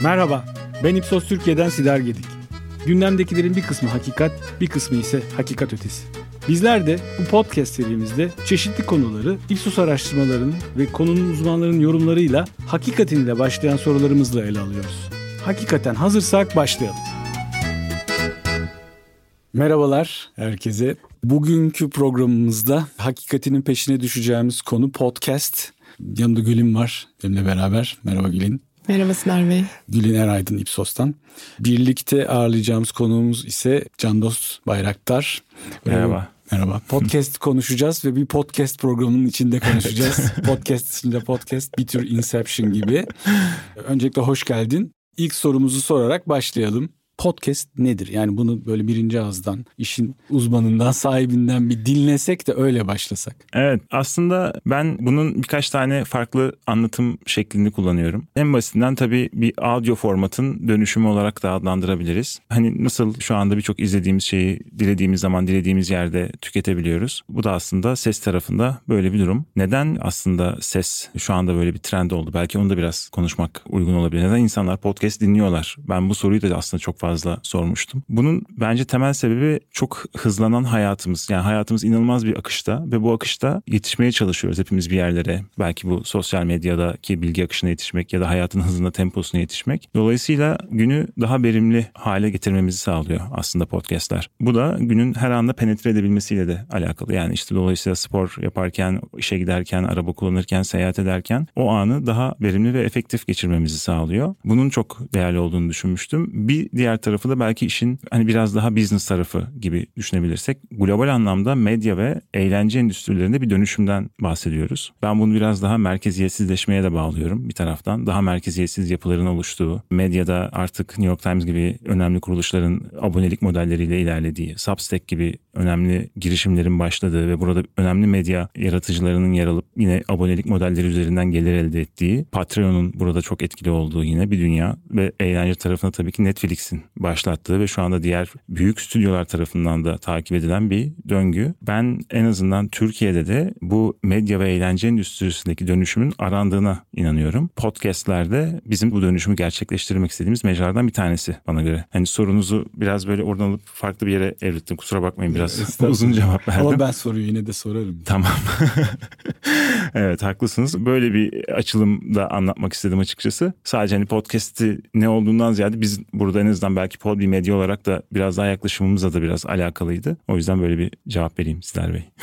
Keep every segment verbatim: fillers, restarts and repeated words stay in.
Merhaba, ben Ipsos Türkiye'den Sidar Gedik. Gündemdekilerin bir kısmı hakikat, bir kısmı ise hakikat ötesi. Bizler de bu podcast serimizde çeşitli konuları Ipsos araştırmalarının ve konunun uzmanlarının yorumlarıyla hakikatiyle başlayan sorularımızla ele alıyoruz. Hakikaten hazırsak başlayalım. Merhabalar herkese. Bugünkü programımızda hakikatinin peşine düşeceğimiz konu podcast. Yanımda Gül'ün var benimle beraber. Merhaba Gül'ün. Merhaba Sinar Bey. Gül'ün Eraydın Ipsos'tan. Birlikte ağırlayacağımız konuğumuz ise Candost Bayraktar. Merhaba. Merhaba. Podcast konuşacağız ve bir podcast programının içinde konuşacağız. Podcast içinde podcast, bir tür Inception gibi. Öncelikle hoş geldin. İlk sorumuzu sorarak başlayalım. Podcast nedir? Yani bunu böyle birinci ağızdan, işin uzmanından, sahibinden bir dinlesek de öyle başlasak. Evet, aslında ben bunun birkaç tane farklı anlatım şeklini kullanıyorum. En basitinden tabii bir audio formatın dönüşümü olarak da adlandırabiliriz. Hani nasıl şu anda birçok izlediğimiz şeyi dilediğimiz zaman, dilediğimiz yerde tüketebiliyoruz. Bu da aslında ses tarafında böyle bir durum. Neden aslında ses şu anda böyle bir trend oldu? Belki onu da biraz konuşmak uygun olabilir. Neden insanlar podcast dinliyorlar? Ben bu soruyu da aslında çok fazla fazla sormuştum. Bunun bence temel sebebi çok hızlanan hayatımız. Yani hayatımız inanılmaz bir akışta ve bu akışta yetişmeye çalışıyoruz hepimiz bir yerlere. Belki bu sosyal medyadaki bilgi akışına yetişmek ya da hayatın hızına, temposuna yetişmek. Dolayısıyla günü daha verimli hale getirmemizi sağlıyor aslında podcastler. Bu da günün her anda penetre edebilmesiyle de alakalı. Yani işte dolayısıyla spor yaparken, işe giderken, araba kullanırken, seyahat ederken o anı daha verimli ve efektif geçirmemizi sağlıyor. Bunun çok değerli olduğunu düşünmüştüm. Bir diğer tarafı da belki işin hani biraz daha business tarafı gibi düşünebilirsek global anlamda medya ve eğlence endüstrilerinde bir dönüşümden bahsediyoruz. Ben bunu biraz daha merkeziyetsizleşmeye de bağlıyorum bir taraftan. Daha merkeziyetsiz yapıların oluştuğu, medyada artık New York Times gibi önemli kuruluşların abonelik modelleriyle ilerlediği, Substack gibi önemli girişimlerin başladığı ve burada önemli medya yaratıcılarının yer alıp yine abonelik modelleri üzerinden gelir elde ettiği, Patreon'un burada çok etkili olduğu yine bir dünya ve eğlence tarafında tabii ki Netflix'in başlattığı ve şu anda diğer büyük stüdyolar tarafından da takip edilen bir döngü. Ben en azından Türkiye'de de bu medya ve eğlence endüstrisindeki dönüşümün arandığına inanıyorum. Podcast'lerde bizim bu dönüşümü gerçekleştirmek istediğimiz mecralardan bir tanesi bana göre. Hani sorunuzu biraz böyle oradan alıp farklı bir yere evrittim. Kusura bakmayın biraz uzun cevap verdim. Ama ben soruyu yine de sorarım. Tamam. Evet, haklısınız. Böyle bir açılımda anlatmak istedim açıkçası. Sadece hani podcast'i ne olduğundan ziyade biz burada en azından belki pod bir medya olarak da biraz daha yaklaşımımızla da biraz alakalıydı. O yüzden böyle bir cevap vereyim Sidar Bey.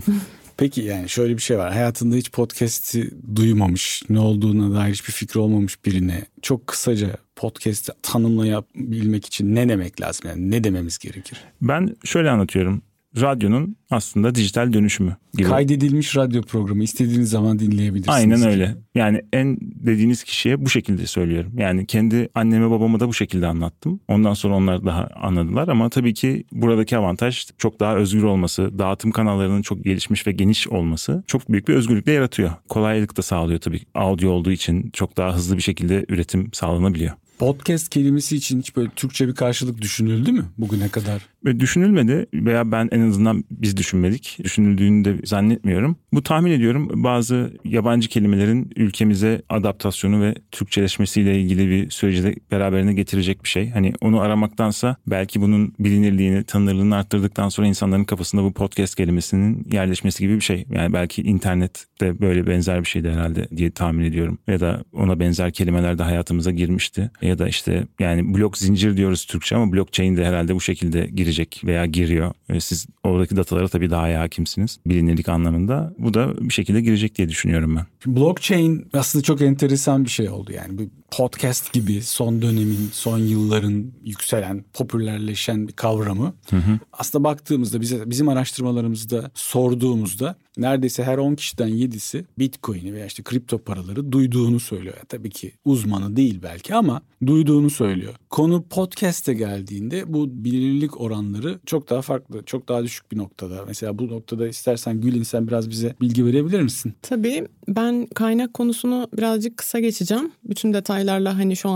Peki yani şöyle bir şey var. Hayatında hiç podcast'i duymamış, ne olduğuna dair hiçbir fikri olmamış birine çok kısaca podcast'i tanımlayabilmek için ne demek lazım? Yani ne dememiz gerekir? Ben şöyle anlatıyorum. Radyonun aslında dijital dönüşümü gibi. Kaydedilmiş radyo programı, istediğiniz zaman dinleyebilirsiniz. Aynen öyle. Yani en dediğiniz kişiye bu şekilde söylüyorum. Yani kendi anneme babama da bu şekilde anlattım. Ondan sonra onlar daha anladılar ama tabii ki buradaki avantaj çok daha özgür olması, dağıtım kanallarının çok gelişmiş ve geniş olması çok büyük bir özgürlük de yaratıyor. Kolaylık da sağlıyor tabii. Audio olduğu için çok daha hızlı bir şekilde üretim sağlanabiliyor. Podcast kelimesi için hiç böyle Türkçe bir karşılık düşünüldü mü bugüne kadar? Ve düşünülmedi veya ben en azından biz düşünmedik. Düşünüldüğünü de zannetmiyorum. Bu tahmin ediyorum bazı yabancı kelimelerin ülkemize adaptasyonu ve Türkçeleşmesiyle ilgili bir süreci de beraberine getirecek bir şey. Hani onu aramaktansa belki bunun bilinirliğini, tanınırlığını arttırdıktan sonra insanların kafasında bu podcast kelimesinin yerleşmesi gibi bir şey. Yani belki internette böyle benzer bir şeydi herhalde diye tahmin ediyorum. Ya da ona benzer kelimeler de hayatımıza girmişti. Ya da işte yani blok zincir diyoruz Türkçe ama blockchain de herhalde bu şekilde girecek veya giriyor. Siz oradaki datalara tabii daha iyi hakimsiniz bilinirlik anlamında. Bu da bir şekilde girecek diye düşünüyorum ben. Blockchain aslında çok enteresan bir şey oldu yani. Bu podcast gibi son dönemin, son yılların yükselen, popülerleşen bir kavramı. Hı hı. Aslında baktığımızda bize bizim araştırmalarımızda sorduğumuzda neredeyse her on kişiden yedisi Bitcoin'i veya işte kripto paraları duyduğunu söylüyor. Yani tabii ki uzmanı değil belki ama duyduğunu söylüyor. Konu podcast'e geldiğinde bu bilinirlik oranları çok daha farklı, çok daha düşük bir noktada. Mesela bu noktada istersen Gül'in sen biraz bize bilgi verebilir misin? Tabii ben kaynak konusunu birazcık kısa geçeceğim. Bütün detaylarla hani şu anda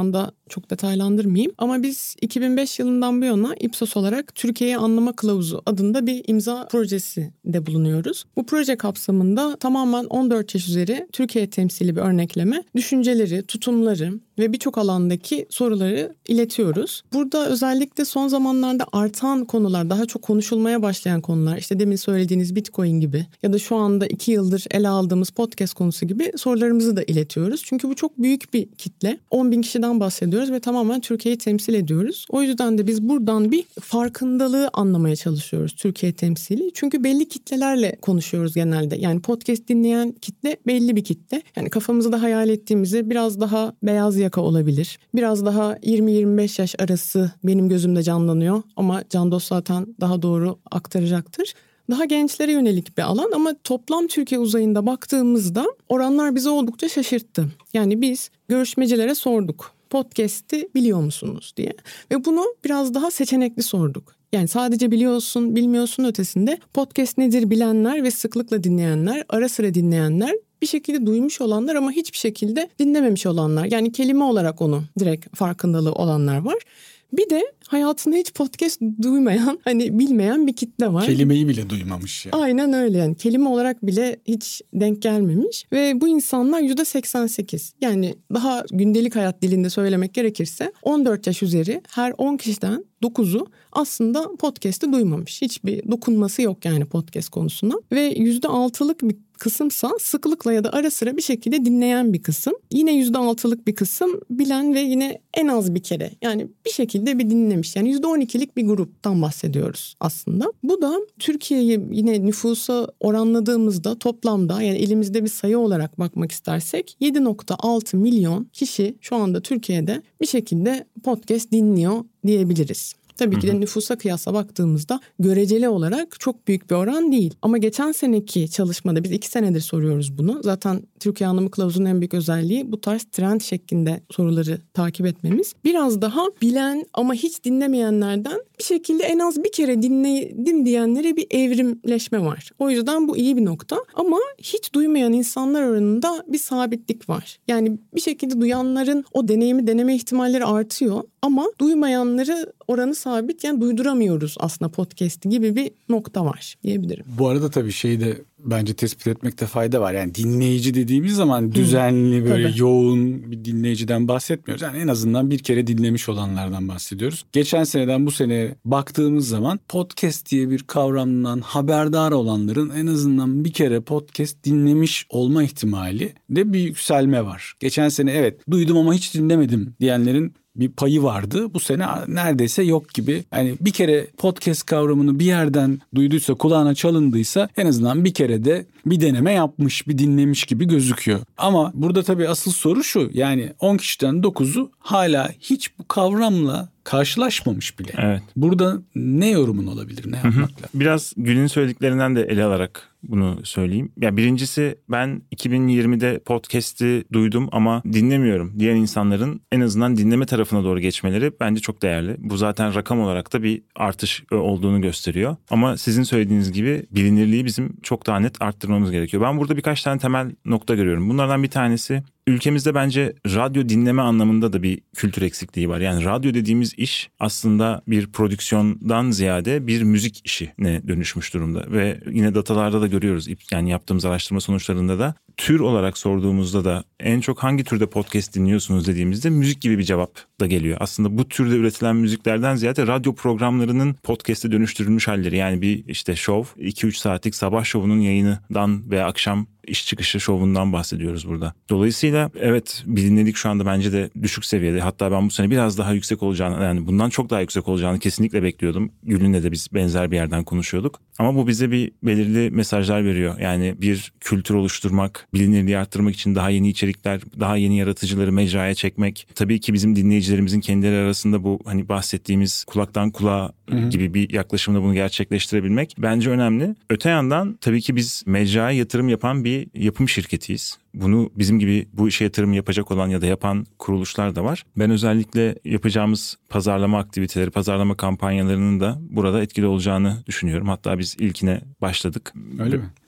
çok detaylandırmayayım. Ama biz iki bin beş yılından bu yana İpsos olarak Türkiye'yi Anlama Kılavuzu adında bir imza projesi de bulunuyoruz. Bu proje kapsamında tamamen on dört yaş üzeri Türkiye temsili bir örnekleme, düşünceleri, tutumları ve birçok alandaki soruları iletiyoruz. Burada özellikle son zamanlarda artan konular, daha çok konuşulmaya başlayan konular, işte demin söylediğiniz Bitcoin gibi ya da şu anda iki yıldır ele aldığımız podcast konusu gibi sorularımızı da iletiyoruz. Çünkü bu çok büyük bir kitle. on bin kişiden bahsediyoruz ve tamamen Türkiye'yi temsil ediyoruz. O yüzden de biz buradan bir farkındalığı anlamaya çalışıyoruz, Türkiye temsili. Çünkü belli kitlelerle konuşuyoruz genelde. Yani podcast dinleyen kitle belli bir kitle. Yani kafamızda hayal ettiğimizi biraz daha beyaz yaka olabilir. Biraz daha yirmi yirmi beş yaş arası benim gözümde canlanıyor ama Candos zaten daha doğru aktaracaktır. Daha gençlere yönelik bir alan ama toplam Türkiye uzayında baktığımızda oranlar bizi oldukça şaşırttı. Yani biz görüşmecilere sorduk, podcast'i biliyor musunuz diye ve bunu biraz daha seçenekli sorduk. Yani sadece biliyorsun, bilmiyorsun ötesinde podcast nedir bilenler ve sıklıkla dinleyenler, ara sıra dinleyenler, bir şekilde duymuş olanlar ama hiçbir şekilde dinlememiş olanlar. Yani kelime olarak onu direkt farkındalığı olanlar var. Bir de hayatında hiç podcast duymayan, hani bilmeyen bir kitle var. Kelimeyi bile duymamış yani. Aynen öyle, yani kelime olarak bile hiç denk gelmemiş. Ve bu insanlar yüzde seksen sekiz. Yani daha gündelik hayat dilinde söylemek gerekirse on dört yaş üzeri her on kişiden dokuzu aslında podcast'i duymamış. Hiçbir dokunması yok yani podcast konusuna. Ve yüzde altılık bir kısımsa sıklıkla ya da ara sıra bir şekilde dinleyen bir kısım. Yine yüzde altılık bir kısım bilen ve yine en az bir kere, yani bir şekilde bir dinlemiş. Yani yüzde on ikilik bir gruptan bahsediyoruz aslında. Bu da Türkiye'yi yine nüfusa oranladığımızda toplamda, yani elimizde bir sayı olarak bakmak istersek yedi nokta altı milyon kişi şu anda Türkiye'de bir şekilde podcast dinliyor diyebiliriz. Tabii ki de nüfusa kıyasla baktığımızda göreceli olarak çok büyük bir oran değil. Ama geçen seneki çalışmada, biz iki senedir soruyoruz bunu. Zaten Türkiye Anlamı Kılavuzu'nun en büyük özelliği bu tarz trend şeklinde soruları takip etmemiz. Biraz daha bilen ama hiç dinlemeyenlerden bir şekilde en az bir kere dinledim diyenlere bir evrimleşme var. O yüzden bu iyi bir nokta. Ama hiç duymayan insanlar oranında bir sabitlik var. Yani bir şekilde duyanların o deneyimi deneme ihtimalleri artıyor. Ama duymayanları oranı sabit, yani duyduramıyoruz aslında podcast gibi bir nokta var diyebilirim. Bu arada tabii şeyi de bence tespit etmekte fayda var. Yani dinleyici dediğimiz zaman düzenli, böyle tabii, yoğun bir dinleyiciden bahsetmiyoruz. Yani en azından bir kere dinlemiş olanlardan bahsediyoruz. Geçen seneden bu seneye baktığımız zaman podcast diye bir kavramdan haberdar olanların en azından bir kere podcast dinlemiş olma ihtimali de bir yükselme var. Geçen sene evet duydum ama hiç dinlemedim diyenlerin bir payı vardı. Bu sene neredeyse yok gibi. Yani bir kere podcast kavramını bir yerden duyduysa, kulağına çalındıysa en azından bir kere de bir deneme yapmış, bir dinlemiş gibi gözüküyor. Ama burada tabii asıl soru şu. Yani on kişiden dokuzu hala hiç bu kavramla karşılaşmamış bile. Evet. Burada ne yorumun olabilir? Ne yapmak lazım? Biraz Gül'ün söylediklerinden de ele alarak bunu söyleyeyim. Ya birincisi, ben iki bin yirmide podcast'i duydum ama dinlemiyorum diyen insanların en azından dinleme tarafına doğru geçmeleri bence çok değerli. Bu zaten rakam olarak da bir artış olduğunu gösteriyor. Ama sizin söylediğiniz gibi bilinirliği bizim çok daha net arttırmamız gerekiyor. Ben burada birkaç tane temel nokta görüyorum. Bunlardan bir tanesi, ülkemizde bence radyo dinleme anlamında da bir kültür eksikliği var. Yani radyo dediğimiz iş aslında bir prodüksiyondan ziyade bir müzik işine dönüşmüş durumda. Ve yine datalarda da görüyoruz. Yani yaptığımız araştırma sonuçlarında da tür olarak sorduğumuzda da en çok hangi türde podcast dinliyorsunuz dediğimizde müzik gibi bir cevap da geliyor. Aslında bu türde üretilen müziklerden ziyade radyo programlarının podcast'e dönüştürülmüş halleri. Yani bir işte şov, iki üç saatlik sabah şovunun yayınından veya akşam iş çıkışı şovundan bahsediyoruz burada. Dolayısıyla evet, bilinirlik şu anda bence de düşük seviyede. Hatta ben bu sene biraz daha yüksek olacağını, yani bundan çok daha yüksek olacağını kesinlikle bekliyordum. Gül'ünle de biz benzer bir yerden konuşuyorduk. Ama bu bize bir belirli mesajlar veriyor. Yani bir kültür oluşturmak, bilinirliği arttırmak için daha yeni içerikler, daha yeni yaratıcıları mecraya çekmek. Tabii ki bizim dinleyicilerimizin kendileri arasında bu hani bahsettiğimiz kulaktan kulağa Hı-hı. gibi bir yaklaşımda bunu gerçekleştirebilmek bence önemli. Öte yandan tabii ki biz mecraya yatırım yapan bir yapım şirketiyiz. Bunu bizim gibi bu işe yatırım yapacak olan ya da yapan kuruluşlar da var. Ben özellikle yapacağımız pazarlama aktiviteleri, pazarlama kampanyalarının da burada etkili olacağını düşünüyorum. Hatta biz ilkine başladık. Öyle mi?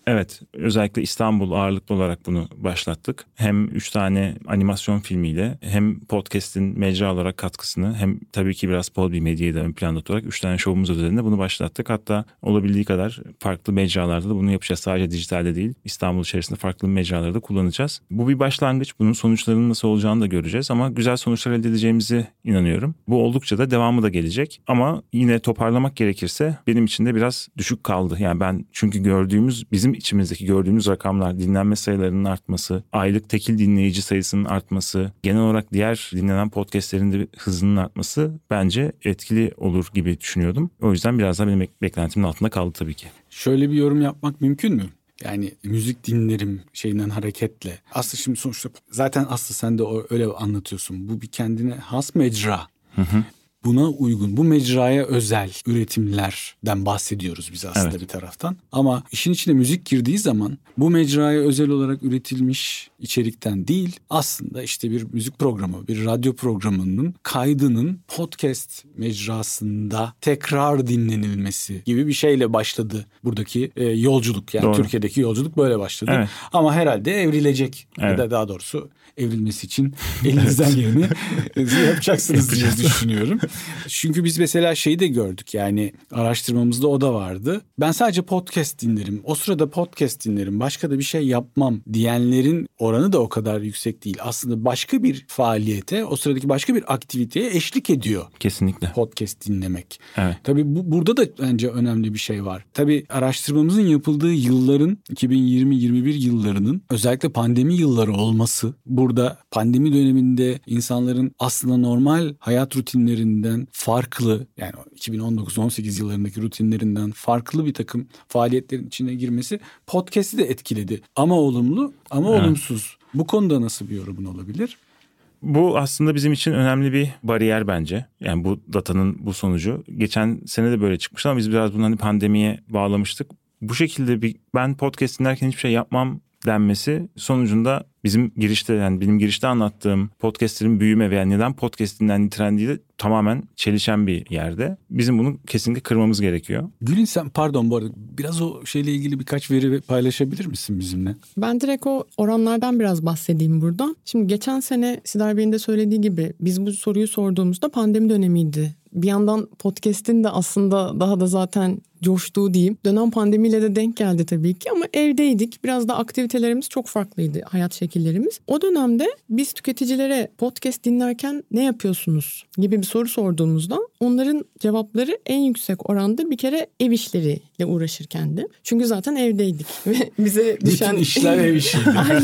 Evet, özellikle İstanbul ağırlıklı olarak bunu başlattık. Hem üç tane animasyon filmiyle hem podcast'in mecra olarak katkısını hem tabii ki biraz Podbi Medya'yı da ön planda tutarak üç tane şovumuz üzerinde bunu başlattık. Hatta olabildiği kadar farklı mecralarda da bunu yapacağız. Sadece dijitalde değil, İstanbul içerisinde farklı mecralarda da kullanacağız. Bu bir başlangıç. Bunun sonuçlarının nasıl olacağını da göreceğiz ama güzel sonuçlar elde edeceğimize inanıyorum. Bu oldukça da devamı da gelecek. Ama yine toparlamak gerekirse benim için de biraz düşük kaldı. Yani ben çünkü gördüğümüz, bizim içimizdeki gördüğümüz rakamlar, dinlenme sayılarının artması, aylık tekil dinleyici sayısının artması, genel olarak diğer dinlenen podcastlerin de hızının artması bence etkili olur gibi düşünüyordum. O yüzden biraz daha benim beklentimin altında kaldı tabii ki. Şöyle bir yorum yapmak mümkün mü? Yani müzik dinlerim şeyinden hareketle. Aslında şimdi sonuçta zaten aslında sen de öyle anlatıyorsun. Bu bir kendine has mecra. Hı hı. Buna uygun, bu mecraya özel üretimlerden bahsediyoruz biz aslında evet. bir taraftan. Ama işin içine müzik girdiği zaman bu mecraya özel olarak üretilmiş içerikten değil, aslında işte bir müzik programı, bir radyo programının kaydının podcast mecrasında tekrar dinlenilmesi gibi bir şeyle başladı buradaki e, yolculuk. Yani Doğru. Türkiye'deki yolculuk böyle başladı. Evet. Ama herhalde evrilecek. Evet. Ya da daha doğrusu evrilmesi için elinizden geleni yapacaksınız diye düşünüyorum. Çünkü biz mesela şeyi de gördük, yani araştırmamızda o da vardı. Ben sadece podcast dinlerim, o sırada podcast dinlerim, başka da bir şey yapmam diyenlerin oranı da o kadar yüksek değil. Aslında başka bir faaliyete, o sıradaki başka bir aktiviteye eşlik ediyor. Kesinlikle. Podcast dinlemek. Evet. Tabii bu, burada da bence önemli bir şey var. Tabii araştırmamızın yapıldığı yılların iki bin yirmi yirmi bir yıllarının özellikle pandemi yılları olması, burada pandemi döneminde insanların aslında normal hayat rutinlerinden farklı, yani iki bin on dokuz on sekiz yıllarındaki rutinlerinden farklı bir takım faaliyetlerin içine girmesi podcast'i de etkiledi. Ama olumlu ama evet. olumsuz. Bu konuda nasıl bir yorumun olabilir? Bu aslında bizim için önemli bir bariyer bence. Yani bu datanın bu sonucu. Geçen sene de böyle çıkmıştı ama biz biraz bunu hani pandemiye bağlamıştık. Bu şekilde bir, ben podcast dinlerken hiçbir şey yapmam denmesi sonucunda bizim girişte, yani benim girişte anlattığım podcastlerin büyüme veya neden podcast dinlendiği trendiyle tamamen çelişen bir yerde. Bizim bunu kesinlikle kırmamız gerekiyor. Gülün, sen pardon bu arada biraz o şeyle ilgili birkaç veri paylaşabilir misin bizimle? Ben direkt o oranlardan biraz bahsedeyim burada. Şimdi geçen sene Sidar Bey'in de söylediği gibi biz bu soruyu sorduğumuzda pandemi dönemiydi. Bir yandan podcast'in de aslında daha da zaten coştuğu diyeyim. Dönem pandemiyle de denk geldi tabii ki ama evdeydik. Biraz da aktivitelerimiz çok farklıydı, hayat şekillerimiz. O dönemde biz tüketicilere podcast dinlerken ne yapıyorsunuz gibi bir soru sorduğumuzda onların cevapları en yüksek oranda bir kere ev işleriyle uğraşırkendi. Çünkü zaten evdeydik ve bize düşen... Bütün işler ev işiydi. Aynen.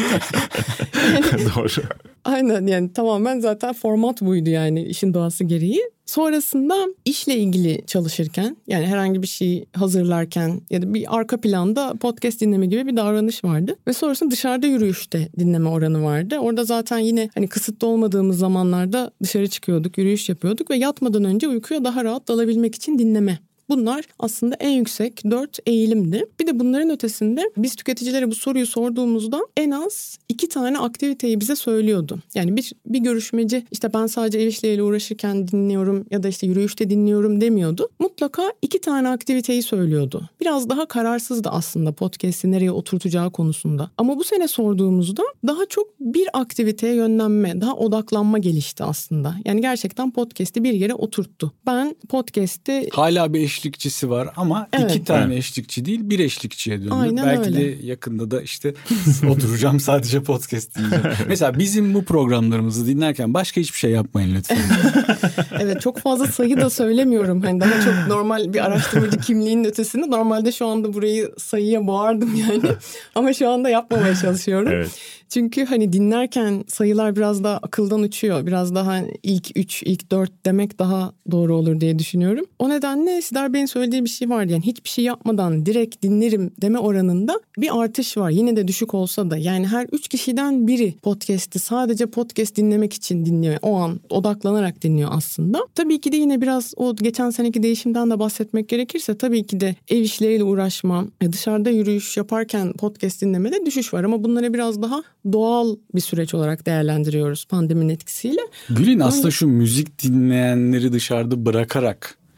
Yani... Doğru. Aynen, yani tamamen zaten format buydu, yani işin doğası gereği. Sonrasında işle ilgili çalışırken, yani herhangi bir şey hazırlarken ya da bir arka planda podcast dinleme gibi bir davranış vardı. Ve sonrasında dışarıda yürüyüşte dinleme oranı vardı. Orada zaten yine hani kısıtlı olmadığımız zamanlarda dışarı çıkıyorduk, yürüyüş yapıyorduk ve yatmadan önce uykuya daha rahat dalabilmek için dinleme. Bunlar aslında en yüksek dört eğilimdi. Bir de bunların ötesinde biz tüketicilere bu soruyu sorduğumuzda en az iki tane aktiviteyi bize söylüyordu. Yani bir, bir görüşmeci işte ben sadece ev işleriyle uğraşırken dinliyorum ya da işte yürüyüşte dinliyorum demiyordu. Mutlaka iki tane aktiviteyi söylüyordu. Biraz daha kararsızdı aslında podcast'i nereye oturtacağı konusunda. Ama bu sene sorduğumuzda daha çok bir aktiviteye yönlenme, daha odaklanma gelişti aslında. Yani gerçekten podcast'i bir yere oturttu. Ben podcast'i... Hala bir eşlikçisi var ama evet. iki tane evet. eşlikçi değil, bir eşlikçiye döndü. Aynen Belki öyle. de yakında da işte oturacağım sadece podcast dinleyeceğim. Mesela bizim bu programlarımızı dinlerken başka hiçbir şey yapmayın lütfen. Evet, çok fazla sayı da söylemiyorum. Hani daha çok normal bir araştırmacı kimliğinin ötesinde. Normalde şu anda burayı sayıya boğardım yani. Ama şu anda yapmamaya çalışıyorum. Evet. Çünkü hani dinlerken sayılar biraz daha akıldan uçuyor. Biraz daha ilk üç, ilk dört demek daha doğru olur diye düşünüyorum. O nedenle Sidar Bey'in söylediği bir şey var. Yani hiçbir şey yapmadan direkt dinlerim deme oranında bir artış var. Yine de düşük olsa da. Yani her üç kişiden biri podcast'i sadece podcast dinlemek için dinliyor. O an odaklanarak dinliyor aslında. Tabii ki de yine biraz o geçen seneki değişimden de bahsetmek gerekirse tabii ki de ev işleriyle uğraşma, dışarıda yürüyüş yaparken podcast dinlemede düşüş var. Ama bunlara biraz daha doğal bir süreç olarak değerlendiriyoruz pandeminin etkisiyle. Gül'ün aslında şu müzik dinleyenleri dışarıda bırakarak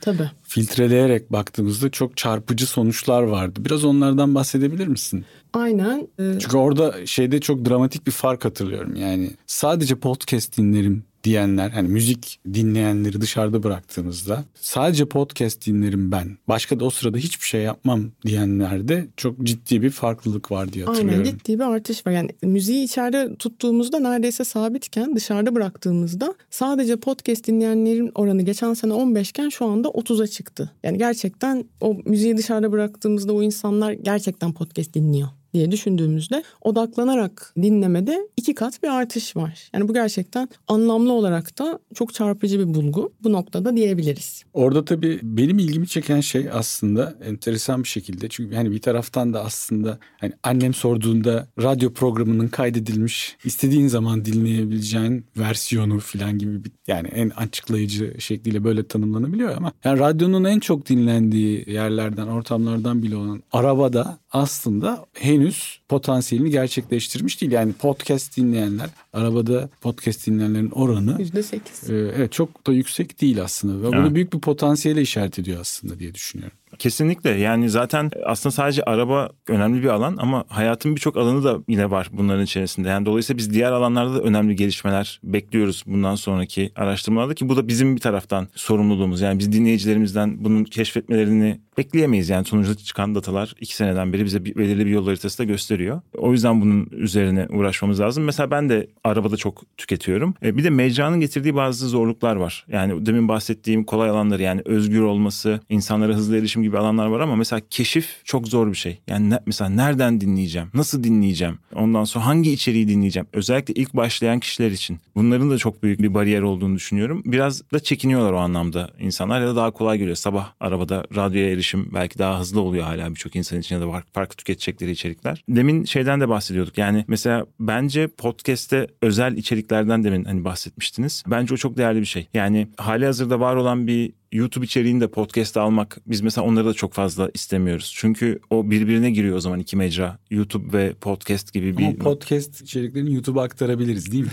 Tabii. filtreleyerek baktığımızda çok çarpıcı sonuçlar vardı. Biraz onlardan bahsedebilir misin? Aynen. Çünkü orada şeyde çok dramatik bir fark hatırlıyorum. Yani sadece podcast dinlerim diyenler, hani müzik dinleyenleri dışarıda bıraktığımızda sadece podcast dinlerim ben, başka da o sırada hiçbir şey yapmam diyenlerde çok ciddi bir farklılık var diye hatırlıyorum. Aynen, ciddi bir artış var. Yani müziği içeride tuttuğumuzda neredeyse sabitken dışarıda bıraktığımızda sadece podcast dinleyenlerin oranı geçen sene on beşken şu anda otuza çıktı. Yani gerçekten o müziği dışarıda bıraktığımızda o insanlar gerçekten podcast dinliyor diye düşündüğümüzde odaklanarak dinlemede iki kat bir artış var. Yani bu gerçekten anlamlı olarak da çok çarpıcı bir bulgu. Bu noktada diyebiliriz. Orada tabii benim ilgimi çeken şey aslında enteresan bir şekilde. Çünkü hani bir taraftan da aslında hani annem sorduğunda radyo programının kaydedilmiş, istediğin zaman dinleyebileceğin versiyonu falan gibi bir, yani en açıklayıcı şekliyle böyle tanımlanabiliyor ama yani radyonun en çok dinlendiği yerlerden, ortamlardan bile olan arabada aslında henüz potansiyelini gerçekleştirmiş değil. Yani podcast dinleyenler, arabada podcast dinleyenlerin oranı yüzde sekiz. E, evet çok da yüksek değil aslında. Ve Evet. bunu büyük bir potansiyele işaret ediyor aslında diye düşünüyorum. Kesinlikle, yani zaten aslında sadece araba önemli bir alan ama hayatın birçok alanı da yine var bunların içerisinde. Yani dolayısıyla biz diğer alanlarda da önemli gelişmeler bekliyoruz bundan sonraki araştırmalarda ki bu da bizim bir taraftan sorumluluğumuz. Yani biz dinleyicilerimizden bunun keşfetmelerini bekleyemeyiz. Yani sonuçta çıkan datalar iki seneden beri bize bir, belirli bir yol haritası da gösteriyor. O yüzden bunun üzerine uğraşmamız lazım. Mesela ben de arabada çok tüketiyorum. Bir de mecranın getirdiği bazı zorluklar var. Yani demin bahsettiğim kolay alanları, yani özgür olması, insanlara hızlı erişim gibi alanlar var ama mesela keşif çok zor bir şey. Yani ne, mesela nereden dinleyeceğim? Nasıl dinleyeceğim? Ondan sonra hangi içeriği dinleyeceğim? Özellikle ilk başlayan kişiler için. Bunların da çok büyük bir bariyer olduğunu düşünüyorum. Biraz da çekiniyorlar o anlamda insanlar ya da daha kolay geliyor. Sabah arabada radyoya erişim belki daha hızlı oluyor hala birçok insan için ya da farklı tüketecekleri içerikler. Demin şeyden de bahsediyorduk. Yani mesela bence podcast'te özel içeriklerden demin hani bahsetmiştiniz. Bence o çok değerli bir şey. Yani hali hazırda var olan bir YouTube içeriğini de podcast'a almak, biz mesela onları da çok fazla istemiyoruz. Çünkü o birbirine giriyor o zaman iki mecra. YouTube ve podcast gibi bir... Ama podcast içeriklerini YouTube'a aktarabiliriz değil mi?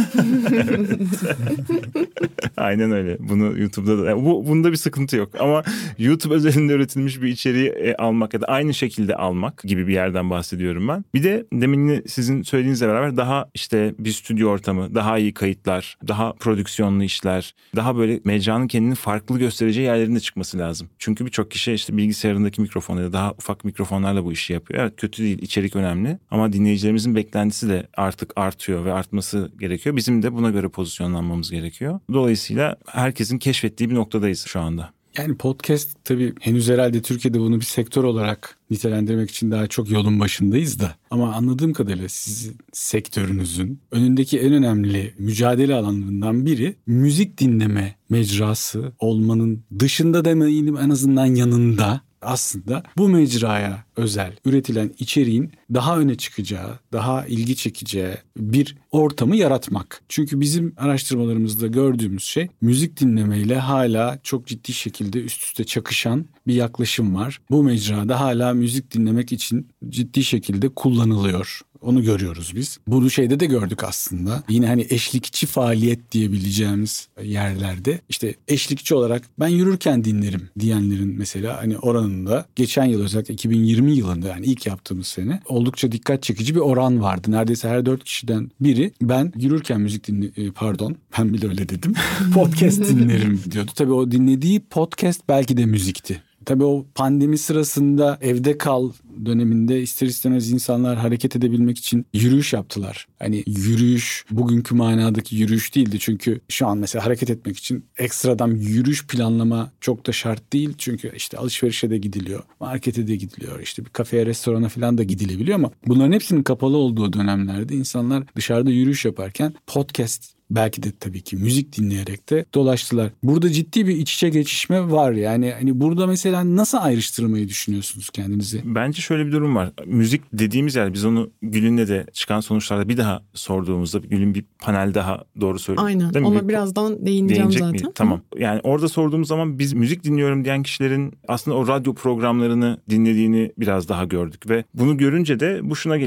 Aynen öyle. Bunu YouTube'da da... Yani bu, bunda bir sıkıntı yok. Ama YouTube özelinde üretilmiş bir içeriği e, almak ya da aynı şekilde almak gibi bir yerden bahsediyorum ben. Bir de demin sizin söylediğinizle beraber daha işte bir stüdyo ortamı, daha iyi kayıtlar, daha prodüksiyonlu işler, daha böyle mecranın kendini farklı göstereceği yerlerinde çıkması lazım. Çünkü birçok kişi işte bilgisayarındaki mikrofon ya da daha ufak mikrofonlarla bu işi yapıyor. Evet, kötü değil, içerik önemli ama dinleyicilerimizin beklentisi de artık artıyor ve artması gerekiyor. Bizim de buna göre pozisyonlanmamız gerekiyor. Dolayısıyla herkesin keşfettiği bir noktadayız şu anda. Yani podcast tabii henüz herhalde Türkiye'de bunu bir sektör olarak nitelendirmek için daha çok yolun başındayız da. Ama anladığım kadarıyla sizin sektörünüzün önündeki en önemli mücadele alanlarından biri müzik dinleme mecrası olmanın dışında demeyeyim, en azından yanında aslında bu mecraya özel üretilen içeriğin daha öne çıkacağı, daha ilgi çekeceği bir ortamı yaratmak. Çünkü bizim araştırmalarımızda gördüğümüz şey müzik dinlemeyle hala çok ciddi şekilde üst üste çakışan bir yaklaşım var. Bu mecrada hala müzik dinlemek için ciddi şekilde kullanılıyor. Onu görüyoruz biz. Bunu şeyde de gördük aslında. Yine hani eşlikçi faaliyet diyebileceğimiz yerlerde işte eşlikçi olarak ben yürürken dinlerim diyenlerin mesela hani oranında geçen yıl özellikle iki bin yirmi yılında, yani ilk yaptığımız sene oldukça dikkat çekici bir oran vardı. Neredeyse her dört kişiden biri ben yürürken müzik dinle pardon ben bile öyle dedim podcast dinlerim diyordu. Tabii o dinlediği podcast belki de müzikti. Tabii o pandemi sırasında evde kal döneminde ister istemez insanlar hareket edebilmek için yürüyüş yaptılar. Hani yürüyüş bugünkü manadaki yürüyüş değildi. Çünkü şu an mesela hareket etmek için ekstradan yürüyüş planlama çok da şart değil. Çünkü işte alışverişe de gidiliyor, markete de gidiliyor, işte bir kafeye, restorana falan da gidilebiliyor ama bunların hepsinin kapalı olduğu dönemlerde insanlar dışarıda yürüyüş yaparken podcast, belki de tabii ki müzik dinleyerek de dolaştılar. Burada ciddi bir iç içe geçişme var. Yani hani burada mesela nasıl ayrıştırmayı düşünüyorsunuz kendinizi? Bence şöyle bir durum var. Müzik dediğimiz yer, biz onu Gül'ünle de çıkan sonuçlarda bir daha sorduğumuzda, Gül'ün bir panel daha doğru söylüyor. Aynen. Değil mi? Ona bir, birazdan değineceğim zaten. Miyim? Tamam. Yani orada sorduğumuz zaman biz müzik dinliyorum diyen kişilerin aslında o radyo programlarını dinlediğini biraz daha gördük ve bunu görünce de bu şuna geliyor.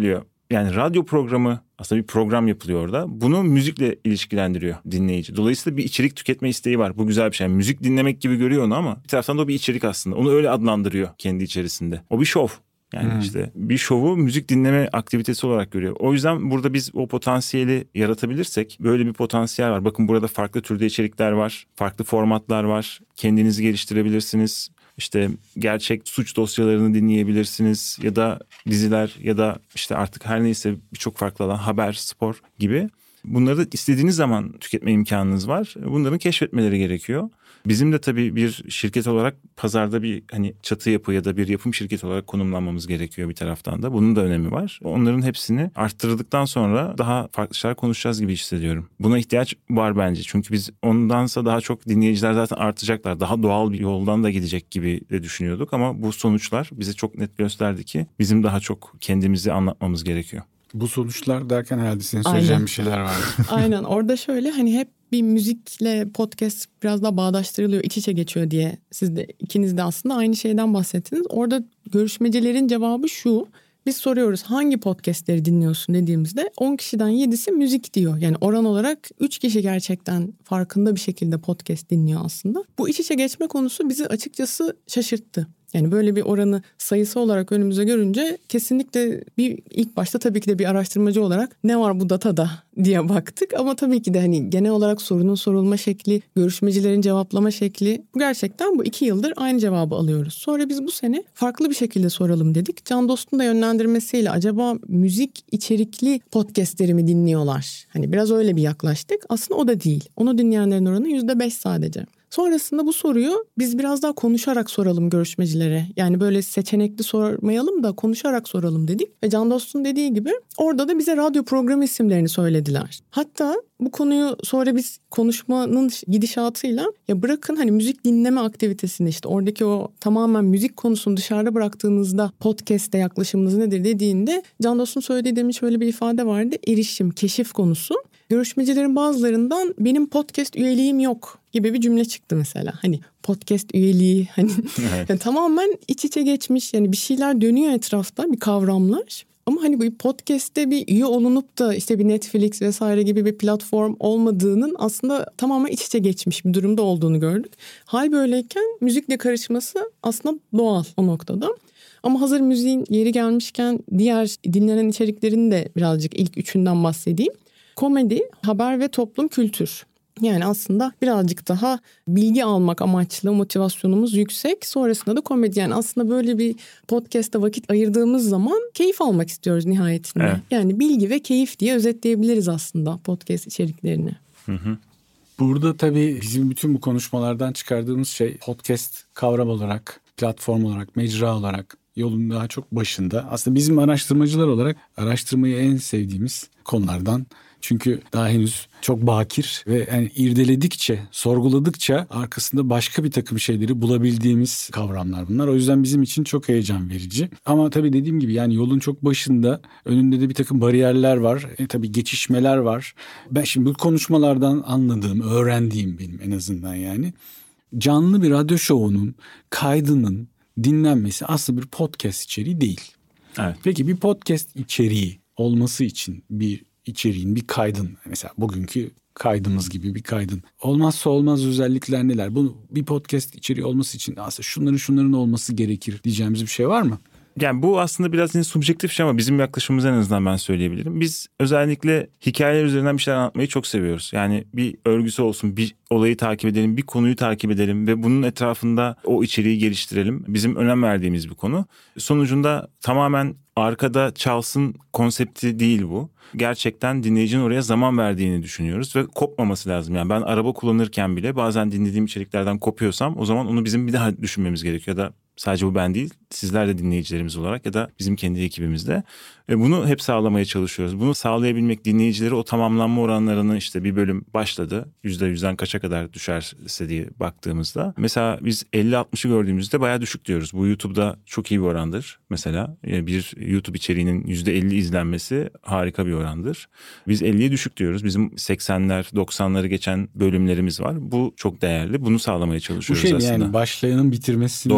yani radyo programı aslında bir program yapılıyor orada. Bunu müzikle ilişkilendiriyor dinleyici. Dolayısıyla bir içerik tüketme isteği var. Bu güzel bir şey. Yani müzik dinlemek gibi görüyor onu ama bir taraftan da o bir içerik aslında. Onu öyle adlandırıyor kendi içerisinde. O bir şov. Yani hmm. işte bir şovu müzik dinleme aktivitesi olarak görüyor. O yüzden burada biz o potansiyeli yaratabilirsek, böyle bir potansiyel var. Bakın burada farklı türde içerikler var. Farklı formatlar var. Kendinizi geliştirebilirsiniz. İşte gerçek suç dosyalarını dinleyebilirsiniz ya da diziler ya da işte artık her neyse birçok farklı alan, haber, spor gibi. Bunları da istediğiniz zaman tüketme imkanınız var. Bunların keşfetmeleri gerekiyor. Bizim de tabii bir şirket olarak pazarda bir hani çatı yapı ya da bir yapım şirketi olarak konumlanmamız gerekiyor bir taraftan da. Bunun da önemi var. Onların hepsini arttırdıktan sonra daha farklı şeyler konuşacağız gibi hissediyorum. Buna ihtiyaç var bence. Çünkü biz ondansa daha çok dinleyiciler zaten artacaklar. Daha doğal bir yoldan da gidecek gibi de düşünüyorduk. Ama bu sonuçlar bize çok net gösterdi ki bizim daha çok kendimizi anlatmamız gerekiyor. Bu sonuçlar derken herhalde senin söyleyeceğin bir şeyler var. Aynen, orada şöyle hani hep bir müzikle podcast biraz daha bağdaştırılıyor, iç içe geçiyor diye siz de ikiniz de aslında aynı şeyden bahsettiniz. Orada görüşmecilerin cevabı şu: biz soruyoruz hangi podcastleri dinliyorsun dediğimizde on kişiden yedisi müzik diyor. Yani oran olarak üç kişi gerçekten farkında bir şekilde podcast dinliyor aslında. Bu iç içe geçme konusu bizi açıkçası şaşırttı. Yani böyle bir oranı sayısı olarak önümüze görünce kesinlikle bir ilk başta tabii ki de bir araştırmacı olarak ne var bu datada diye baktık. Ama tabii ki de hani genel olarak sorunun sorulma şekli, görüşmecilerin cevaplama şekli, bu gerçekten bu iki yıldır aynı cevabı alıyoruz. Sonra biz bu sene farklı bir şekilde soralım dedik. Can Dost'un da yönlendirmesiyle acaba müzik içerikli podcastleri mi dinliyorlar? Hani biraz öyle bir yaklaştık. Aslında o da değil. Onu dinleyenlerin oranı yüzde beş sadece. Sonrasında bu soruyu biz biraz daha konuşarak soralım görüşmecilere. Yani böyle seçenekli sormayalım da konuşarak soralım dedik. Ve Can Dost'un dediği gibi orada da bize radyo programı isimlerini söylediler. Hatta bu konuyu sonra biz konuşmanın gidişatıyla ya bırakın hani müzik dinleme aktivitesini, işte oradaki o tamamen müzik konusunu dışarıda bıraktığınızda podcast'te yaklaşımınız nedir dediğinde Can Dost'un söylediği demin şöyle bir ifade vardı: erişim, keşif konusu. Görüşmecilerin bazılarından benim podcast üyeliğim yok gibi bir cümle çıktı mesela. Hani podcast üyeliği hani evet. Yani tamamen iç içe geçmiş, yani bir şeyler dönüyor etrafta, bir kavramlar. Ama hani bu podcast'te bir üye olunup da işte bir Netflix vesaire gibi bir platform olmadığının aslında tamamen iç içe geçmiş bir durumda olduğunu gördük. Hal böyleyken müzikle karışması aslında doğal o noktada. Ama hazır müziğin yeri gelmişken diğer dinlenen içeriklerin de birazcık ilk üçünden bahsedeyim. Komedi, haber ve toplum kültür. Yani aslında birazcık daha bilgi almak amaçlı, motivasyonumuz yüksek. Sonrasında da komedi. Yani aslında böyle bir podcast'a vakit ayırdığımız zaman keyif almak istiyoruz nihayetinde. Evet. Yani bilgi ve keyif diye özetleyebiliriz aslında podcast içeriklerini. Hı hı. Burada tabii bizim bütün bu konuşmalardan çıkardığımız şey podcast kavram olarak, platform olarak, mecra olarak yolun daha çok başında. Aslında bizim araştırmacılar olarak araştırmayı en sevdiğimiz konulardan. Çünkü daha henüz çok bakir ve yani irdeledikçe, sorguladıkça arkasında başka bir takım şeyleri bulabildiğimiz kavramlar bunlar. O yüzden bizim için çok heyecan verici. Ama tabii dediğim gibi yani yolun çok başında, önünde de bir takım bariyerler var. E, tabii geçişmeler var. Ben şimdi bu konuşmalardan anladığım, öğrendiğim benim en azından yani. Canlı bir radyo şovunun kaydının dinlenmesi aslında bir podcast içeriği değil. Evet. Peki bir podcast içeriği olması için bir içeriğin, bir kaydın, mesela bugünkü kaydımız gibi bir kaydın olmazsa olmaz özellikler neler? Bu bir podcast içeriği olması için aslında şunların şunların olması gerekir diyeceğimiz bir şey var mı? Yani bu aslında biraz yine subjektif şey ama bizim yaklaşımımız en azından ben söyleyebilirim. Biz özellikle hikayeler üzerinden bir şeyler anlatmayı çok seviyoruz. Yani bir örgüsü olsun, bir olayı takip edelim, bir konuyu takip edelim ve bunun etrafında o içeriği geliştirelim. Bizim önem verdiğimiz bir konu. Sonucunda tamamen arkada çalsın konsepti değil bu. Gerçekten dinleyicinin oraya zaman verdiğini düşünüyoruz ve kopmaması lazım. Yani ben araba kullanırken bile bazen dinlediğim içeriklerden kopuyorsam o zaman onu bizim bir daha düşünmemiz gerekiyor da sadece bu ben değil, sizler de dinleyicilerimiz olarak ya da bizim kendi ekibimizde. Ve bunu hep sağlamaya çalışıyoruz. Bunu sağlayabilmek, dinleyicileri o tamamlanma oranlarını işte bir bölüm başladı. yüzde yüzden kaça kadar düşerse diye baktığımızda. Mesela biz elli altmışı gördüğümüzde bayağı düşük diyoruz. Bu YouTube'da çok iyi bir orandır. Mesela bir YouTube içeriğinin yüzde elli izlenmesi harika bir orandır. Biz elliye düşük diyoruz. Bizim seksenler, doksanları geçen bölümlerimiz var. Bu çok değerli. Bunu sağlamaya çalışıyoruz aslında. Bu şey yani başlayanın bitirmesinin Doğru. oranı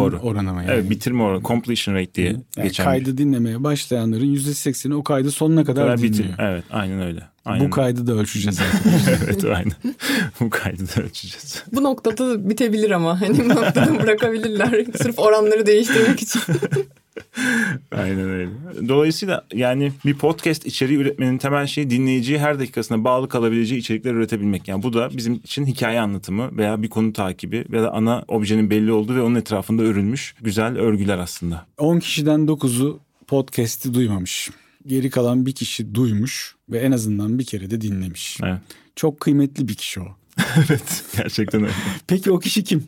ama yani. Evet, bitirme oranı, completion rate diye yani geçen. Kaydı dinlemeye başlayanların yüzde sekseni o kaydı sonuna kadar, kadar dinliyor. Bitir. Evet, aynen öyle. Aynen. Bu kaydı da ölçeceğiz arkadaşlar. Evet, aynen. Bu kaydı da ölçeceğiz. Bu noktada bitebilir ama. Hani bu noktada bırakabilirler. Sırf oranları değiştirmek için. Aynen öyle. Dolayısıyla yani bir podcast içeriği üretmenin temel şeyi dinleyiciye her dakikasına bağlı kalabileceği içerikler üretebilmek. Yani bu da bizim için hikaye anlatımı veya bir konu takibi veya ana objenin belli olduğu ve onun etrafında örülmüş güzel örgüler aslında. on kişiden dokuzu podcast'i duymamış. Geri kalan bir kişi duymuş ve en azından bir kere de dinlemiş. Evet. Çok kıymetli bir kişi o. Evet, gerçekten öyle. Peki o kişi kim?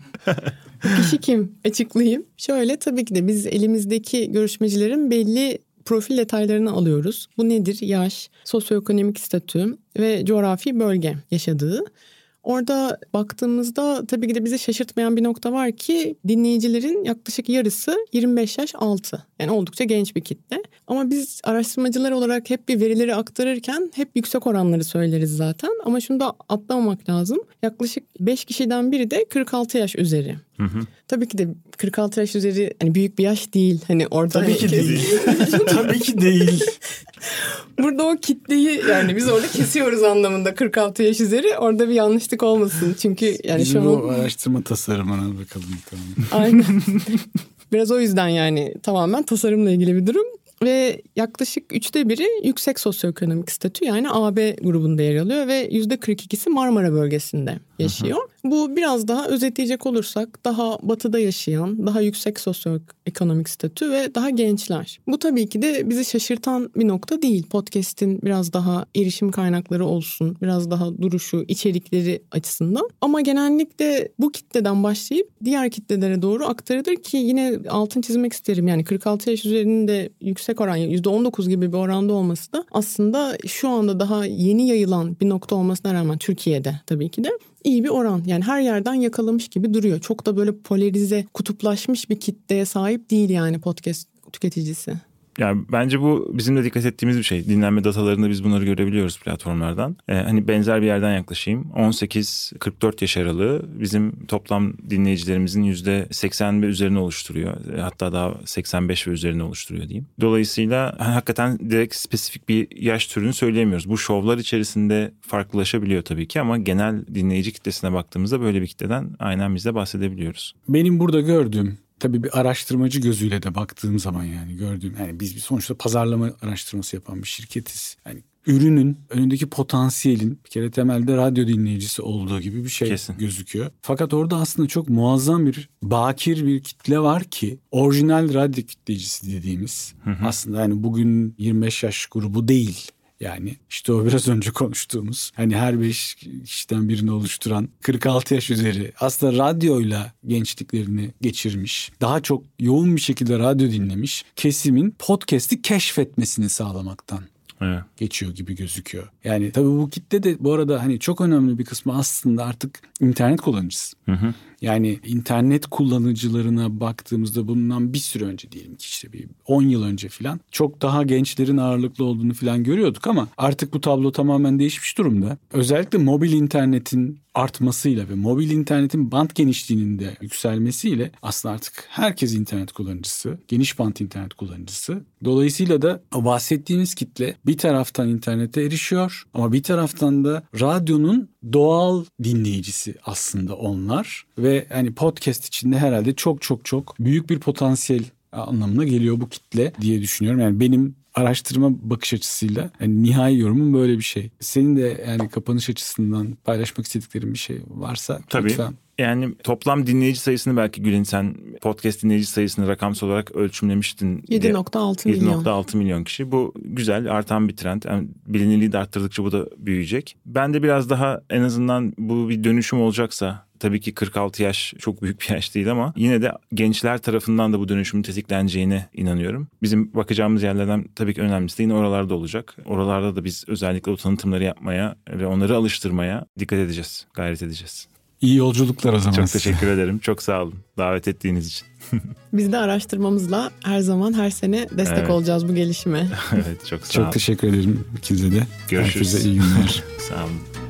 O kişi kim? Açıklayayım. Şöyle, tabii ki de biz elimizdeki görüşmecilerin belli profil detaylarını alıyoruz. Bu nedir? Yaş, sosyoekonomik statü ve coğrafi bölge yaşadığı. Orada baktığımızda tabii ki de bizi şaşırtmayan bir nokta var ki dinleyicilerin yaklaşık yarısı yirmi beş yaş altı. Yani oldukça genç bir kitle. Ama biz araştırmacılar olarak hep bir verileri aktarırken hep yüksek oranları söyleriz zaten. Ama şunu da atlamamak lazım. Yaklaşık beş kişiden biri de kırk altı yaş üzeri. Hı hı. Tabii ki de kırk altı yaş üzeri hani büyük bir yaş değil. Hani orada tabii ki değil. Tabii ki değil. Burada o kitleyi yani biz orada kesiyoruz anlamında kırk altı yaş üzeri. Orada bir yanlışlık olmasın. Çünkü yani bizim şu an bu araştırma tasarımına bakalım. Tamam. Aynen. Biraz o yüzden yani tamamen tasarımla ilgili bir durum. Ve yaklaşık üçte biri yüksek sosyoekonomik statü yani A B grubunda yer alıyor ve yüzde kırk ikisi Marmara bölgesinde yaşıyor. Hı hı. Bu biraz daha özetleyecek olursak daha batıda yaşayan, daha yüksek sosyoekonomik statü ve daha gençler. Bu tabii ki de bizi şaşırtan bir nokta değil. Podcast'in biraz daha erişim kaynakları olsun, biraz daha duruşu, içerikleri açısından. Ama genellikle bu kitleden başlayıp diğer kitlelere doğru aktarılır ki yine altını çizmek isterim. Yani kırk altı yaş üzerinde yüksek oran, yüzde on dokuz gibi bir oranda olması da aslında şu anda daha yeni yayılan bir nokta olmasına rağmen Türkiye'de tabii ki de iyi bir oran. Yani her yerden yakalamış gibi duruyor. Çok da böyle polarize, kutuplaşmış bir kitleye sahip değil yani podcast tüketicisi. Yani bence bu bizim de dikkat ettiğimiz bir şey. Dinlenme datalarında biz bunları görebiliyoruz platformlardan. Ee, hani benzer bir yerden yaklaşayım. on sekiz kırk dört yaş aralığı bizim toplam dinleyicilerimizin yüzde seksen ve üzerine oluşturuyor. Hatta daha seksen beş ve üzerine oluşturuyor diyeyim. Dolayısıyla hani hakikaten direkt spesifik bir yaş türünü söyleyemiyoruz. Bu şovlar içerisinde farklılaşabiliyor tabii ki ama genel dinleyici kitlesine baktığımızda böyle bir kitleden aynen biz de bahsedebiliyoruz. Benim burada gördüğüm, tabii bir araştırmacı gözüyle de baktığım zaman yani gördüğüm, yani biz bir sonuçta pazarlama araştırması yapan bir şirketiz. Yani ürünün önündeki potansiyelin bir kere temelde radyo dinleyicisi olduğu gibi bir şey Kesin. gözüküyor. Fakat orada aslında çok muazzam bir bakir bir kitle var ki orijinal radyo kitleyicisi dediğimiz hı hı. aslında yani bugün yirmi beş yaş grubu değil. Yani işte o biraz önce konuştuğumuz hani her beş kişiden birini oluşturan kırk altı yaş üzeri aslında radyoyla gençliklerini geçirmiş, daha çok yoğun bir şekilde radyo dinlemiş kesimin podcast'i keşfetmesini sağlamaktan evet. geçiyor gibi gözüküyor. Yani tabii bu kitle de bu arada hani çok önemli bir kısmı aslında artık internet kullanıcısı. Hı hı. Yani internet kullanıcılarına baktığımızda bundan bir süre önce diyelim ki işte bir on yıl önce falan çok daha gençlerin ağırlıklı olduğunu falan görüyorduk ama artık bu tablo tamamen değişmiş durumda. Özellikle mobil internetin artmasıyla ve mobil internetin band genişliğinin de yükselmesiyle aslında artık herkes internet kullanıcısı, geniş band internet kullanıcısı. Dolayısıyla da bahsettiğimiz kitle bir taraftan internete erişiyor ama bir taraftan da radyonun doğal dinleyicisi aslında onlar ve hani podcast içinde herhalde çok çok çok büyük bir potansiyel anlamına geliyor bu kitle diye düşünüyorum. Yani benim araştırma bakış açısıyla yani nihai yorumum böyle bir şey. Senin de yani kapanış açısından paylaşmak istediklerin bir şey varsa Tabii. lütfen. Yani toplam dinleyici sayısını belki Gül'ün sen podcast dinleyici sayısını rakamsal olarak ölçümlemiştin. yedi virgül altı milyon. yedi virgül altı milyon kişi. Bu güzel, artan bir trend. Yani bilinirliği de arttırdıkça bu da büyüyecek. Ben de biraz daha en azından bu bir dönüşüm olacaksa tabii ki kırk altı yaş çok büyük bir yaş değil ama yine de gençler tarafından da bu dönüşümün tetikleneceğine inanıyorum. Bizim bakacağımız yerlerden tabii ki önemlisi de yine oralarda olacak. Oralarda da biz özellikle o tanıtımları yapmaya ve onları alıştırmaya dikkat edeceğiz, gayret edeceğiz. İyi yolculuklar o zaman. Çok teşekkür ederim. Çok sağ olun davet ettiğiniz için. Biz de araştırmamızla her zaman her sene destek evet. olacağız bu gelişime. Evet çok sağ olun. olun. Çok teşekkür ederim ikinize de. Görüşürüz. Herkese iyi günler. Sağ olun.